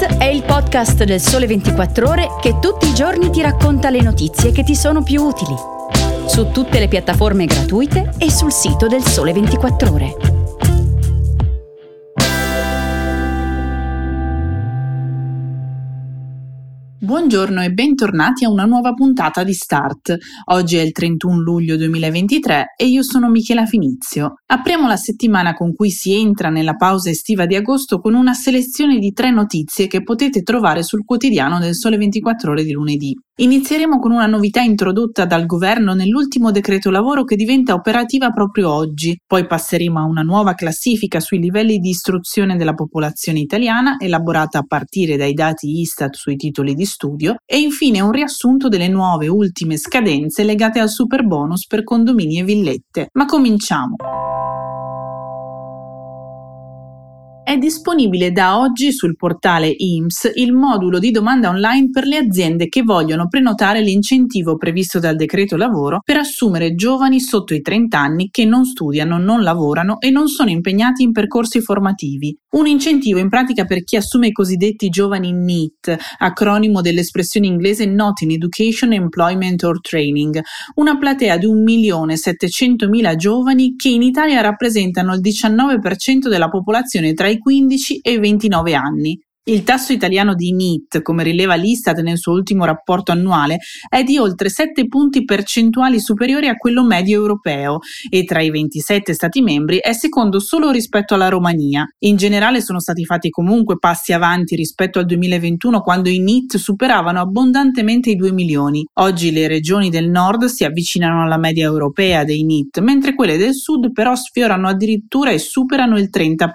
Start è il podcast del Sole 24 Ore che tutti i giorni ti racconta le notizie che ti sono più utili. Su tutte le piattaforme gratuite e sul sito del Sole 24 Ore. Buongiorno e bentornati a una nuova puntata di Start. Oggi è il 31 luglio 2023 e io sono Michela Finizio. Apriamo la settimana con cui si entra nella pausa estiva di agosto con una selezione di 3 notizie che potete trovare sul quotidiano del Sole 24 Ore di lunedì. Inizieremo con una novità introdotta dal governo nell'ultimo decreto lavoro che diventa operativa proprio oggi, poi passeremo a una nuova classifica sui livelli di istruzione della popolazione italiana elaborata a partire dai dati Istat sui titoli di studio e infine un riassunto delle nuove ultime scadenze legate al superbonus per condomini e villette. Ma cominciamo! È disponibile da oggi sul portale INPS il modulo di domanda online per le aziende che vogliono prenotare l'incentivo previsto dal decreto lavoro per assumere giovani sotto i 30 anni che non studiano, non lavorano e non sono impegnati in percorsi formativi. Un incentivo in pratica per chi assume i cosiddetti giovani NEET, acronimo dell'espressione inglese Not in Education, Employment or Training, una platea di 1.700.000 giovani che in Italia rappresentano il 19% della popolazione tra i 15 e i 29 anni. Il tasso italiano di NEET, come rileva l'Istat nel suo ultimo rapporto annuale, è di oltre 7 punti percentuali superiore a quello medio europeo e tra i 27 Stati membri è secondo solo rispetto alla Romania. In generale sono stati fatti comunque passi avanti rispetto al 2021 quando i NEET superavano abbondantemente i 2 milioni. Oggi le regioni del nord si avvicinano alla media europea dei NEET, mentre quelle del sud però sfiorano addirittura e superano il 30%.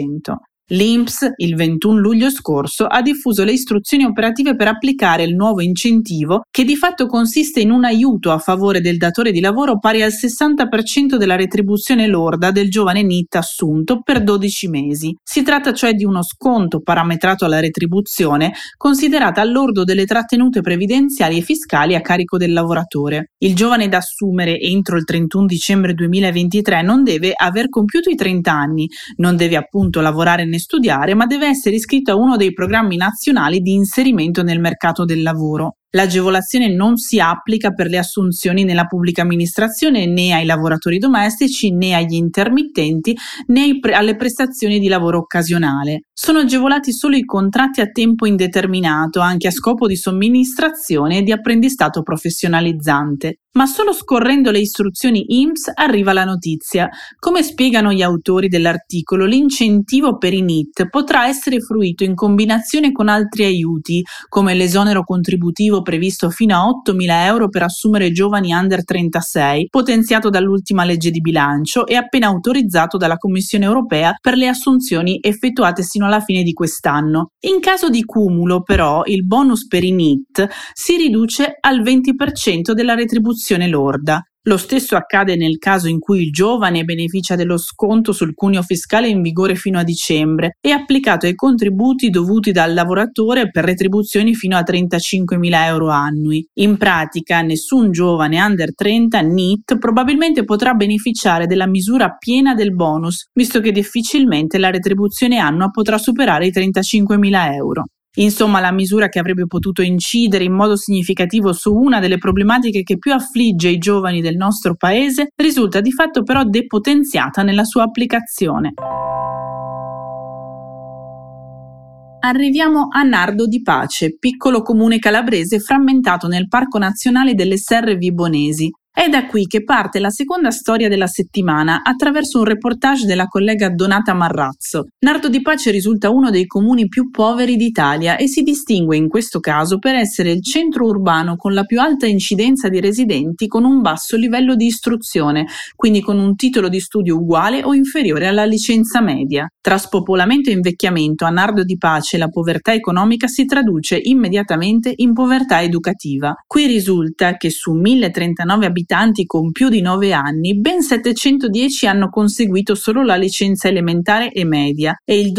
L'INPS, il 21 luglio scorso, ha diffuso le istruzioni operative per applicare il nuovo incentivo che di fatto consiste in un aiuto a favore del datore di lavoro pari al 60% della retribuzione lorda del giovane NEET assunto per 12 mesi. Si tratta cioè di uno sconto parametrato alla retribuzione considerata al lordo delle trattenute previdenziali e fiscali a carico del lavoratore. Il giovane da assumere entro il 31 dicembre 2023 non deve aver compiuto i 30 anni, non deve appunto lavorare né studiare, ma deve essere iscritto a uno dei programmi nazionali di inserimento nel mercato del lavoro. L'agevolazione non si applica per le assunzioni nella pubblica amministrazione né ai lavoratori domestici né agli intermittenti né alle prestazioni di lavoro occasionale. Sono agevolati solo i contratti a tempo indeterminato, anche a scopo di somministrazione e di apprendistato professionalizzante. Ma solo scorrendo le istruzioni INPS arriva la notizia. Come spiegano gli autori dell'articolo, l'incentivo per i NEET potrà essere fruito in combinazione con altri aiuti, come l'esonero contributivo previsto fino a 8.000 euro per assumere giovani under 36, potenziato dall'ultima legge di bilancio e appena autorizzato dalla Commissione europea per le assunzioni effettuate sino alla fine di quest'anno. In caso di cumulo, però, il bonus per i NEET si riduce al 20% della retribuzione lorda. Lo stesso accade nel caso in cui il giovane beneficia dello sconto sul cuneo fiscale in vigore fino a dicembre e applicato ai contributi dovuti dal lavoratore per retribuzioni fino a 35.000 euro annui. In pratica, nessun giovane under 30 NEET probabilmente potrà beneficiare della misura piena del bonus, visto che difficilmente la retribuzione annua potrà superare i 35.000 euro. Insomma, la misura che avrebbe potuto incidere in modo significativo su una delle problematiche che più affligge i giovani del nostro paese risulta di fatto però depotenziata nella sua applicazione. Arriviamo a Nardo di Pace, piccolo comune calabrese frammentato nel Parco Nazionale delle Serre Vibonesi. È da qui che parte la seconda storia della settimana attraverso un reportage della collega Donata Marrazzo. Nardo di Pace risulta uno dei comuni più poveri d'Italia e si distingue in questo caso per essere il centro urbano con la più alta incidenza di residenti con un basso livello di istruzione, quindi con un titolo di studio uguale o inferiore alla licenza media. Tra spopolamento e invecchiamento a Nardo di Pace la povertà economica si traduce immediatamente in povertà educativa. Qui risulta che su 1.039 abitanti abitanti con più di 9 anni, ben 710 hanno conseguito solo la licenza elementare e media e il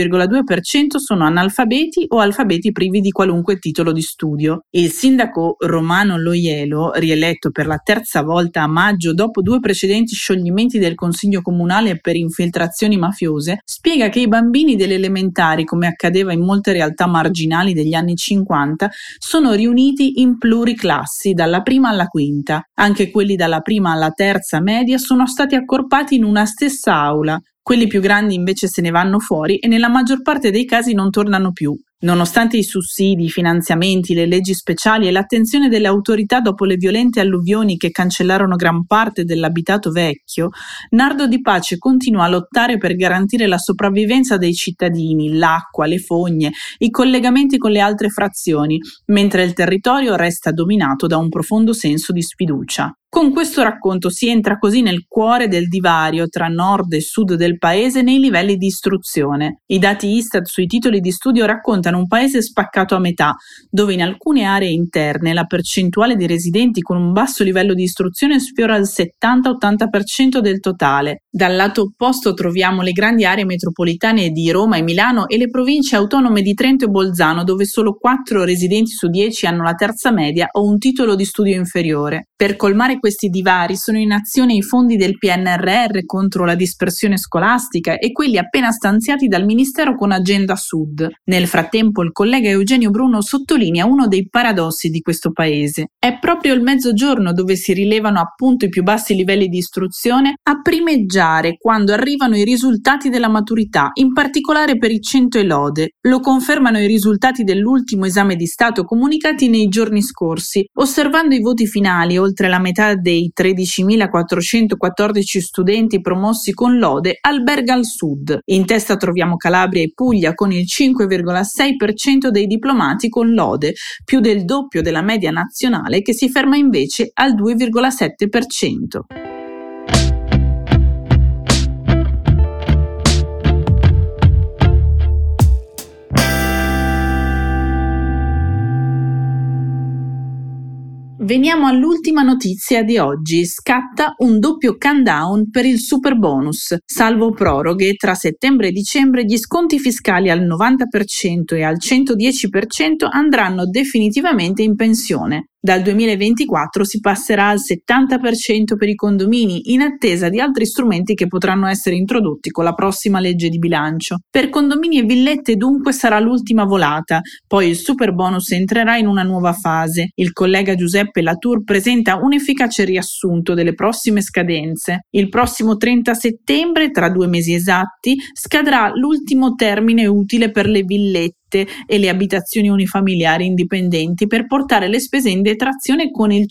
12,2% sono analfabeti o alfabeti privi di qualunque titolo di studio. Il sindaco Romano Loielo, rieletto per la terza volta a maggio dopo 2 precedenti scioglimenti del Consiglio Comunale per infiltrazioni mafiose, spiega che i bambini delle elementari, come accadeva in molte realtà marginali degli anni 50, sono riuniti in pluriclassi dalla prima alla quinta. Anche quelli dalla prima alla terza media sono stati accorpati in una stessa aula. Quelli più grandi invece se ne vanno fuori e nella maggior parte dei casi non tornano più. Nonostante i sussidi, i finanziamenti, le leggi speciali e l'attenzione delle autorità dopo le violente alluvioni che cancellarono gran parte dell'abitato vecchio, Nardo Di Pace continua a lottare per garantire la sopravvivenza dei cittadini, l'acqua, le fogne, i collegamenti con le altre frazioni, mentre il territorio resta dominato da un profondo senso di sfiducia. Con questo racconto si entra così nel cuore del divario tra nord e sud del paese nei livelli di istruzione. I dati Istat sui titoli di studio raccontano un paese spaccato a metà, dove in alcune aree interne la percentuale di residenti con un basso livello di istruzione sfiora il 70-80% del totale. Dal lato opposto troviamo le grandi aree metropolitane di Roma e Milano e le province autonome di Trento e Bolzano, dove solo 4 residenti su 10 hanno la terza media o un titolo di studio inferiore. Per colmare questi divari sono in azione i fondi del PNRR contro la dispersione scolastica e quelli appena stanziati dal Ministero con Agenda Sud. Nel frattempo il collega Eugenio Bruno sottolinea uno dei paradossi di questo paese. È proprio il mezzogiorno dove si rilevano appunto i più bassi livelli di istruzione a primeggiare quando arrivano i risultati della maturità, in particolare per i 100 e lode. Lo confermano i risultati dell'ultimo esame di Stato comunicati nei giorni scorsi. Osservando i voti finali, oltre la metà dei 13.414 studenti promossi con lode alberga al sud. In testa troviamo Calabria e Puglia con il 5,6% dei diplomati con lode, più del doppio della media nazionale che si ferma invece al 2,7%. Veniamo all'ultima notizia di oggi. Scatta un doppio countdown per il super bonus. Salvo proroghe, tra settembre e dicembre gli sconti fiscali al 90% e al 110% andranno definitivamente in pensione. Dal 2024 si passerà al 70% per i condomini, in attesa di altri strumenti che potranno essere introdotti con la prossima legge di bilancio. Per condomini e villette dunque sarà l'ultima volata, poi il super bonus entrerà in una nuova fase. Il collega Giuseppe Latour presenta un efficace riassunto delle prossime scadenze. Il prossimo 30 settembre, tra 2 mesi esatti, scadrà l'ultimo termine utile per le villette e le abitazioni unifamiliari indipendenti per portare le spese in detrazione con il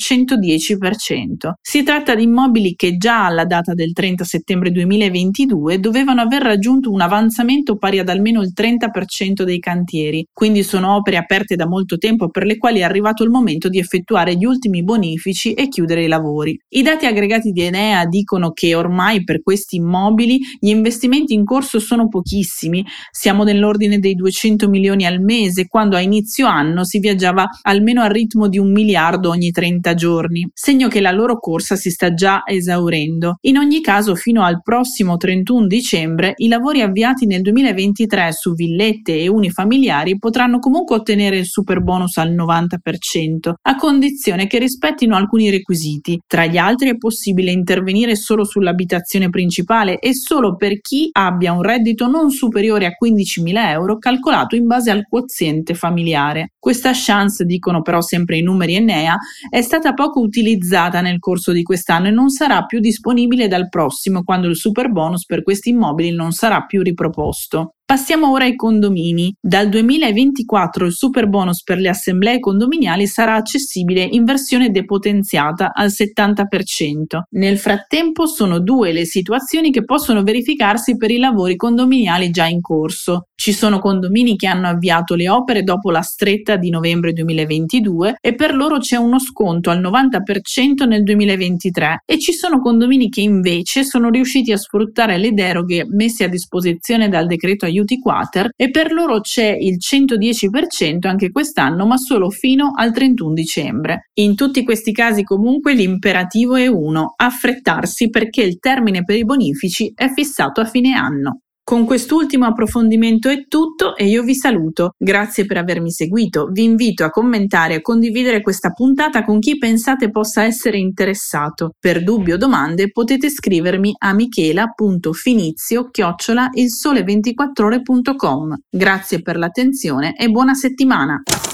110%. Si tratta di immobili che già alla data del 30 settembre 2022 dovevano aver raggiunto un avanzamento pari ad almeno il 30% dei cantieri, quindi sono opere aperte da molto tempo per le quali è arrivato il momento di effettuare gli ultimi bonifici e chiudere i lavori. I dati aggregati di Enea dicono che ormai per questi immobili gli investimenti in corso sono pochissimi, siamo nell'ordine dei 200 milioni al mese, quando a inizio anno si viaggiava almeno al ritmo di 1 miliardo ogni 30 giorni, segno che la loro corsa si sta già esaurendo. In ogni caso, fino al prossimo 31 dicembre, i lavori avviati nel 2023 su villette e unifamiliari potranno comunque ottenere il super bonus al 90%, a condizione che rispettino alcuni requisiti. Tra gli altri è possibile intervenire solo sull'abitazione principale e solo per chi abbia un reddito non superiore a 15.000 euro calcolato in base al quoziente familiare. Questa chance, dicono però sempre i numeri Enea, è stata poco utilizzata nel corso di quest'anno e non sarà più disponibile dal prossimo, quando il super bonus per questi immobili non sarà più riproposto. Passiamo ora ai condomini. Dal 2024 il super bonus per le assemblee condominiali sarà accessibile in versione depotenziata al 70%. Nel frattempo sono 2 le situazioni che possono verificarsi per i lavori condominiali già in corso. Ci sono condomini che hanno avviato le opere dopo la stretta di novembre 2022 e per loro c'è uno sconto al 90% nel 2023 e ci sono condomini che invece sono riusciti a sfruttare le deroghe messe a disposizione dal decreto aiuti quater e per loro c'è il 110% anche quest'anno, ma solo fino al 31 dicembre. In tutti questi casi comunque l'imperativo è uno: affrettarsi, perché il termine per i bonifici è fissato a fine anno. Con quest'ultimo approfondimento è tutto e io vi saluto. Grazie per avermi seguito. Vi invito a commentare e a condividere questa puntata con chi pensate possa essere interessato. Per dubbi o domande potete scrivermi a michela.finizio@ilsole24ore.com. Grazie per l'attenzione e buona settimana.